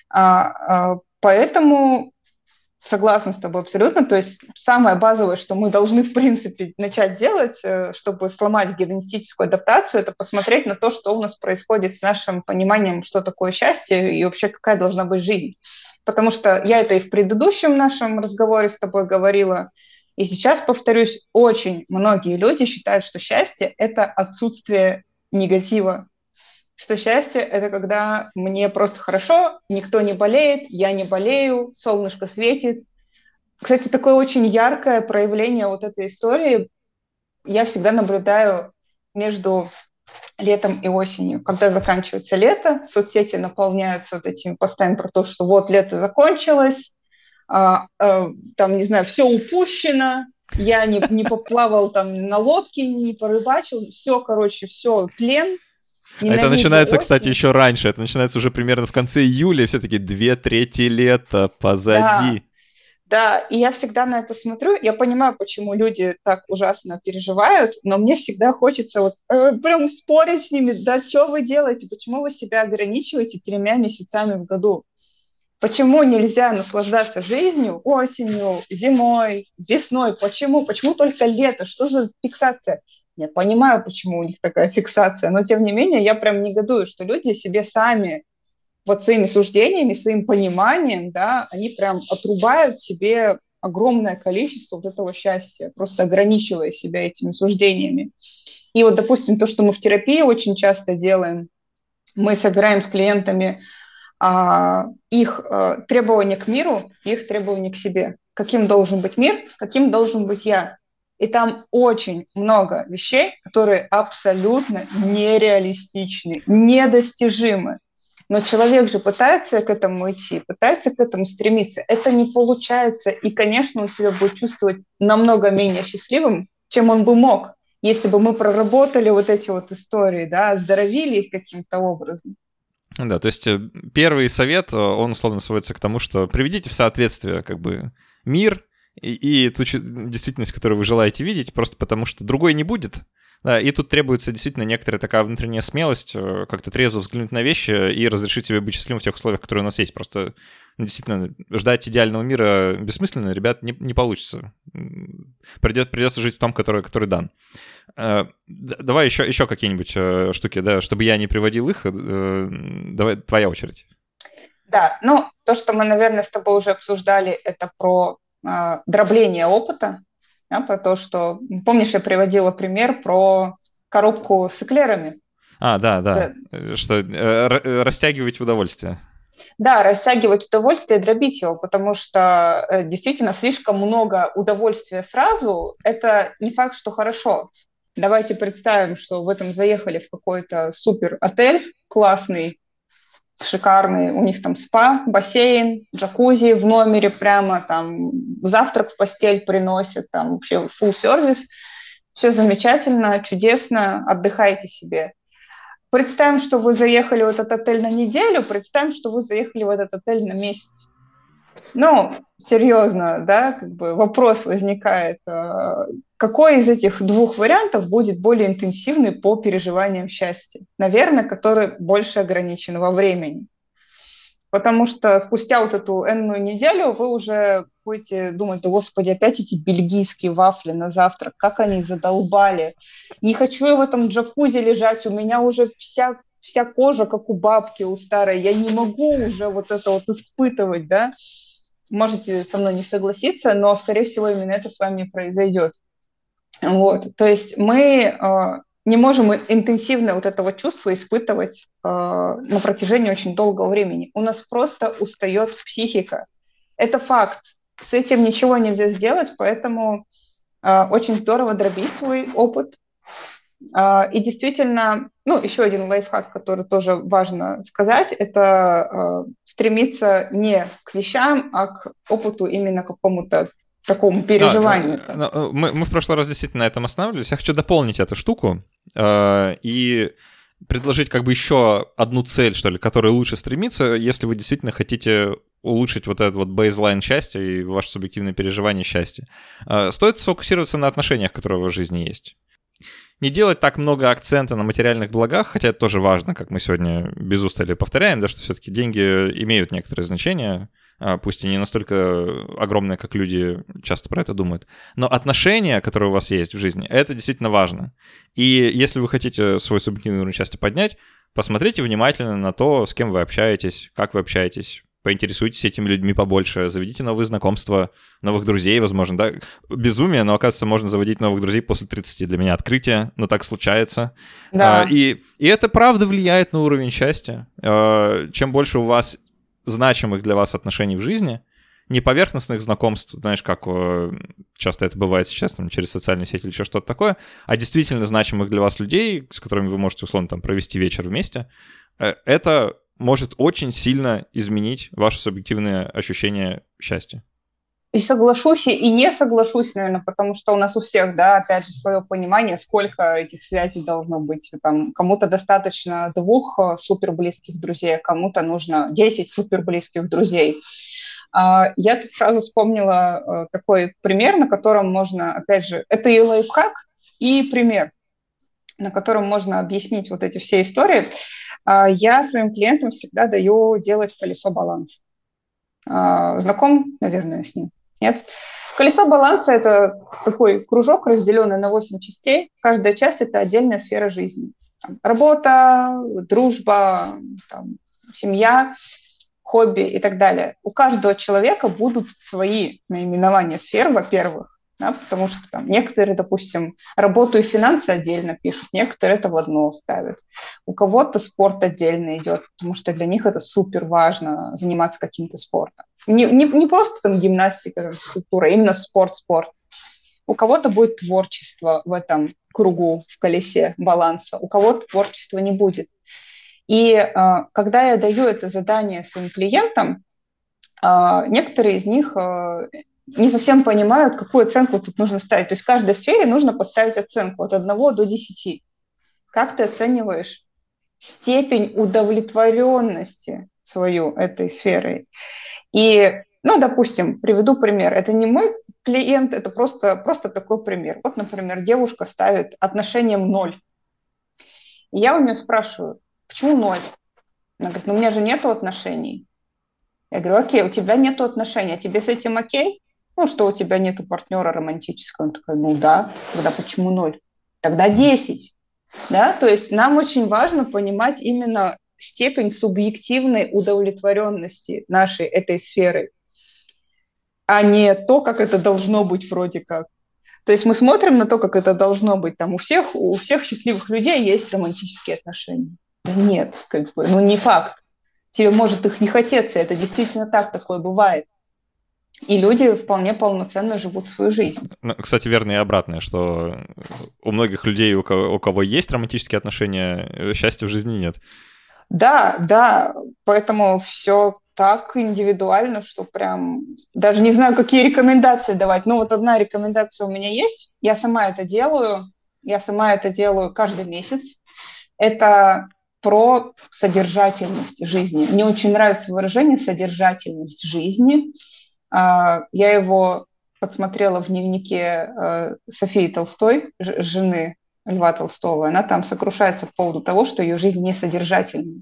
А, а, поэтому согласна с тобой абсолютно. То есть самое базовое, что мы должны, в принципе, начать делать, чтобы сломать гедонистическую адаптацию, это посмотреть на то, что у нас происходит с нашим пониманием, что такое счастье и вообще какая должна быть жизнь. Потому что я это и в предыдущем нашем разговоре с тобой говорила, и сейчас повторюсь, очень многие люди считают, что счастье – это отсутствие негатива. Что счастье – это когда мне просто хорошо, никто не болеет, я не болею, солнышко светит. Кстати, такое очень яркое проявление вот этой истории я всегда наблюдаю между летом и осенью. Когда заканчивается лето, соцсети наполняются вот этими постами про то, что вот лето закончилось, а, а, там, не знаю, все упущено, я не, не поплавал там на лодке, не порыбачил, все, короче, все, тлен. Это начинается, осень. Кстати, еще раньше. Это начинается уже примерно в конце июля. Все-таки две трети лета позади. Да, да, и я всегда на это смотрю. Я понимаю, почему люди так ужасно переживают, но мне всегда хочется вот э, прям спорить с ними. Да что вы делаете? Почему вы себя ограничиваете тремя месяцами в году? Почему нельзя наслаждаться жизнью осенью, зимой, весной? Почему? Почему только лето? Что за фиксация? Я понимаю, почему у них такая фиксация, но тем не менее я прям негодую, что люди себе сами вот своими суждениями, своим пониманием, да, они прям отрубают себе огромное количество вот этого счастья, просто ограничивая себя этими суждениями. И вот, допустим, то, что мы в терапии очень часто делаем, мы собираем с клиентами а, их а, требования к миру, их требования к себе. Каким должен быть мир, каким должен быть я. И там очень много вещей, которые абсолютно нереалистичны, недостижимы. Но человек же пытается к этому идти, пытается к этому стремиться. Это не получается. И, конечно, он себя будет чувствовать намного менее счастливым, чем он бы мог, если бы мы проработали вот эти вот истории, да, оздоровили их каким-то образом. Да, то есть первый совет, он условно сводится к тому, что приведите в соответствие как бы мир и, и ту действительность, которую вы желаете видеть, просто потому что другой не будет. Да, и тут требуется действительно некоторая такая внутренняя смелость, как-то трезво взглянуть на вещи и разрешить себе быть счастливым в тех условиях, которые у нас есть. Просто ну, действительно ждать идеального мира бессмысленно, ребят, не, не получится. Придет, придется жить в том, который, который дан. Давай еще, еще какие-нибудь штуки, да, чтобы я не приводил их. Давай, твоя очередь. Да, ну, то, что мы, наверное, с тобой уже обсуждали, это про э, дробление опыта, да, про то, что... Помнишь, я приводила пример про коробку с эклерами? А, да, да, да. Что э, растягивать удовольствие. Да, растягивать удовольствие и дробить его, потому что э, действительно слишком много удовольствия сразу – это не факт, что хорошо. Давайте представим, что вы там заехали в какой-то супер отель классный, шикарный, у них там спа, бассейн, джакузи в номере прямо, там завтрак в постель приносят, там вообще full сервис, все замечательно, чудесно, отдыхайте себе. Представим, что вы заехали в этот отель на неделю, представим, что вы заехали в этот отель на месяц. Ну, серьезно, да, как бы вопрос возникает, какой из этих двух вариантов будет более интенсивный по переживаниям счастья? Наверное, который больше ограничен во времени. Потому что спустя вот эту энную неделю вы уже будете думать, да господи, опять эти бельгийские вафли на завтрак, как они задолбали. Не хочу я в этом джакузи лежать, у меня уже вся, вся кожа, как у бабки, у старой, я не могу уже вот это вот испытывать, да. Можете со мной не согласиться, но, скорее всего, именно это с вами произойдет. Вот, то есть мы э, не можем интенсивно вот этого чувства испытывать э, на протяжении очень долгого времени. У нас просто устает психика. Это факт. С этим ничего нельзя сделать, поэтому э, очень здорово дробить свой опыт. Э, и действительно, ну, еще один лайфхак, который тоже важно сказать, это э, стремиться не к вещам, а к опыту именно какому-то такому переживанию. А, но, но, мы, мы в прошлый раз действительно на этом останавливались. Я хочу дополнить эту штуку э, и предложить как бы еще одну цель, что ли, к которой лучше стремиться, если вы действительно хотите улучшить вот этот вот бейзлайн счастья и ваше субъективное переживание счастья. Э, стоит сфокусироваться на отношениях, которые в жизни есть. Не делать так много акцента на материальных благах, хотя это тоже важно, как мы сегодня без устали повторяем, да, что все-таки деньги имеют некоторое значение, пусть и не настолько огромное, как люди часто про это думают. Но отношения, которые у вас есть в жизни, это действительно важно. И если вы хотите свой субъективный уровень счастья поднять, посмотрите внимательно на то, с кем вы общаетесь, как вы общаетесь, поинтересуйтесь этими людьми побольше, заведите новые знакомства, новых друзей, возможно, да. Безумие, но, оказывается, можно заводить новых друзей после тридцати. Для меня открытие, но так случается. Да. А, и, и это правда влияет на уровень счастья. А, чем больше у вас значимых для вас отношений в жизни, не поверхностных знакомств, знаешь, как часто это бывает сейчас, там, через социальные сети или еще что-то такое, а действительно значимых для вас людей, с которыми вы можете, условно, там, провести вечер вместе, это может очень сильно изменить ваше субъективное ощущение счастья. И соглашусь, и не соглашусь, наверное, потому что у нас у всех, да, опять же, свое понимание, сколько этих связей должно быть. Там, кому-то достаточно двух суперблизких друзей, кому-то нужно десять суперблизких друзей. Я тут сразу вспомнила такой пример, на котором можно, опять же, это и лайфхак, и пример, на котором можно объяснить вот эти все истории. Я своим клиентам всегда даю делать колесо баланса. Знаком, наверное, с ним? Нет? Колесо баланса – это такой кружок, разделенный на восемь частей. Каждая часть – это отдельная сфера жизни. Там, работа, дружба, там, семья, хобби и так далее. У каждого человека будут свои наименования сфер, во-первых, да, потому что там некоторые, допустим, работу и финансы отдельно пишут, некоторые это в одно ставят. У кого-то спорт отдельно идет, потому что для них это супер важно заниматься каким-то спортом. Не, не, не просто там гимнастика, там, скульптура, именно спорт-спорт. У кого-то будет творчество в этом кругу, в колесе баланса, у кого-то творчества не будет. И э, когда я даю это задание своим клиентам, э, некоторые из них... Э, не совсем понимают, какую оценку тут нужно ставить. То есть в каждой сфере нужно поставить оценку от одного до десяти. Как ты оцениваешь степень удовлетворенности свою этой сферой? И, ну, допустим, приведу пример. Это не мой клиент, это просто, просто такой пример. Вот, например, девушка ставит отношениям ноль. И я у нее спрашиваю, почему ноль? Она говорит, ну у меня же нету отношений. Я говорю, окей, у тебя нету отношений, а тебе с этим окей? Ну, что у тебя нету партнера романтического? Он такой, ну да, тогда почему ноль? Тогда десять. Да? То есть нам очень важно понимать именно степень субъективной удовлетворенности нашей этой сферы, а не то, как это должно быть вроде как. То есть мы смотрим на то, как это должно быть. Там у всех, у всех счастливых людей есть романтические отношения. Да нет, как бы, ну не факт. Тебе может их не хотеться, это действительно так, такое бывает. И люди вполне полноценно живут свою жизнь. Ну, кстати, верно и обратное, что у многих людей, у кого, у кого есть романтические отношения, счастья в жизни нет. Да, да, поэтому все так индивидуально, что прям даже не знаю, какие рекомендации давать. Но вот одна рекомендация у меня есть. Я сама это делаю. Я сама это делаю каждый месяц. Это про содержательность жизни. Мне очень нравится выражение «содержательность жизни». А, Я его подсмотрела в дневнике э, Софии Толстой, ж- жены Льва Толстого. Она там сокрушается по поводу того, что ее жизнь несодержательна.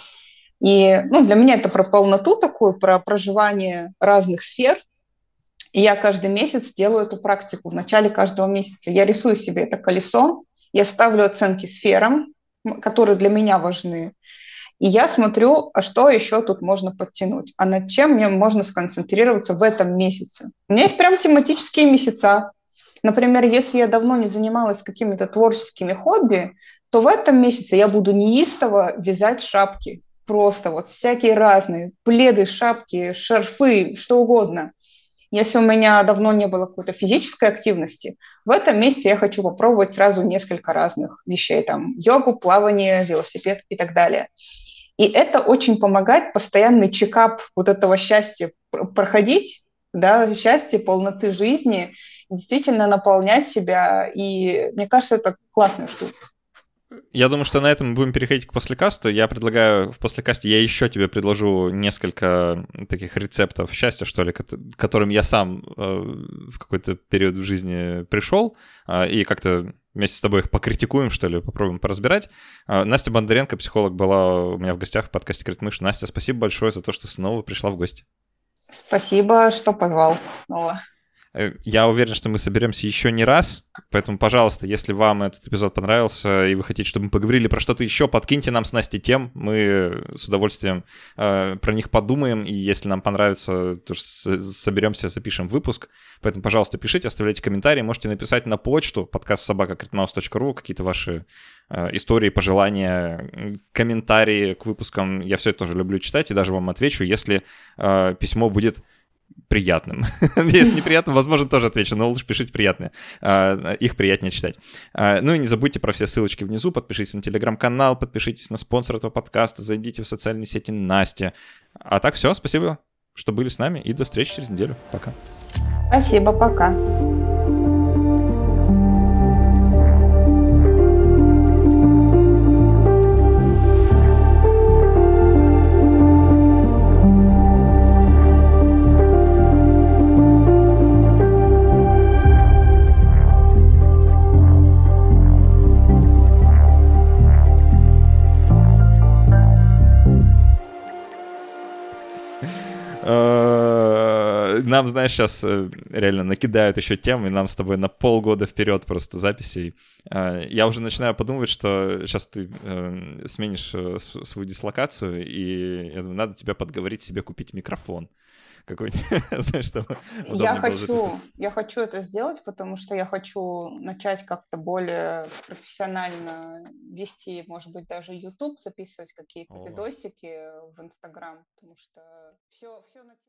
И ну, для меня это про полноту такую, про проживание разных сфер. И я каждый месяц делаю эту практику. В начале каждого месяца я рисую себе это колесо, я ставлю оценки сферам, м, которые для меня важны. И я смотрю, а что еще тут можно подтянуть, а над чем мне можно сконцентрироваться в этом месяце. У меня есть прям тематические месяца. Например, если я давно не занималась какими-то творческими хобби, то в этом месяце я буду неистово вязать шапки. Просто вот всякие разные пледы, шапки, шарфы, что угодно. Если у меня давно не было какой-то физической активности, в этом месяце я хочу попробовать сразу несколько разных вещей, там йогу, плавание, велосипед и так далее. И это очень помогает постоянный чекап вот этого счастья проходить, да, счастья, полноты жизни, действительно наполнять себя. И мне кажется, это классная штука. Я думаю, что на этом мы будем переходить к послекасту. Я предлагаю в послекасте, я еще тебе предложу несколько таких рецептов счастья, что ли, к которым я сам э, в какой-то период в жизни пришел, э, и как-то вместе с тобой их покритикуем, что ли, попробуем поразбирать. Э, Настя Бондаренко, психолог, была у меня в гостях в подкасте «Критмыш». Настя, спасибо большое за то, что снова пришла в гости. Спасибо, что позвал снова. Я уверен, что мы соберемся еще не раз, поэтому, пожалуйста, если вам этот эпизод понравился и вы хотите, чтобы мы поговорили про что-то еще, подкиньте нам с Настей тем, мы с удовольствием э, про них подумаем, и если нам понравится, то соберемся, запишем выпуск. Поэтому, пожалуйста, пишите, оставляйте комментарии, можете написать на почту подкаст собака критмаус точка ру какие-то ваши э, истории, пожелания, комментарии к выпускам. Я все это тоже люблю читать и даже вам отвечу, если э, письмо будет приятным. Если неприятным, возможно, тоже отвечу, но лучше пишите приятные. Их приятнее читать. Ну и не забудьте про все ссылочки внизу. Подпишитесь на телеграм-канал, подпишитесь на спонсора этого подкаста, зайдите в социальные сети Насти. А так все, спасибо, что были с нами, и до встречи через неделю. Пока. Спасибо, пока. Нам, знаешь, сейчас реально накидают еще тем, и нам с тобой на полгода вперед просто записей. Я уже начинаю подумывать, что сейчас ты сменишь свою дислокацию, и я думаю, надо тебя подговорить себе купить микрофон какой-нибудь, знаешь, чтобы удобнее Я было хочу, записывать. я хочу это сделать, потому что я хочу начать как-то более профессионально вести, может быть, даже YouTube, записывать какие-то О. видосики в Инстаграм, потому что все, все на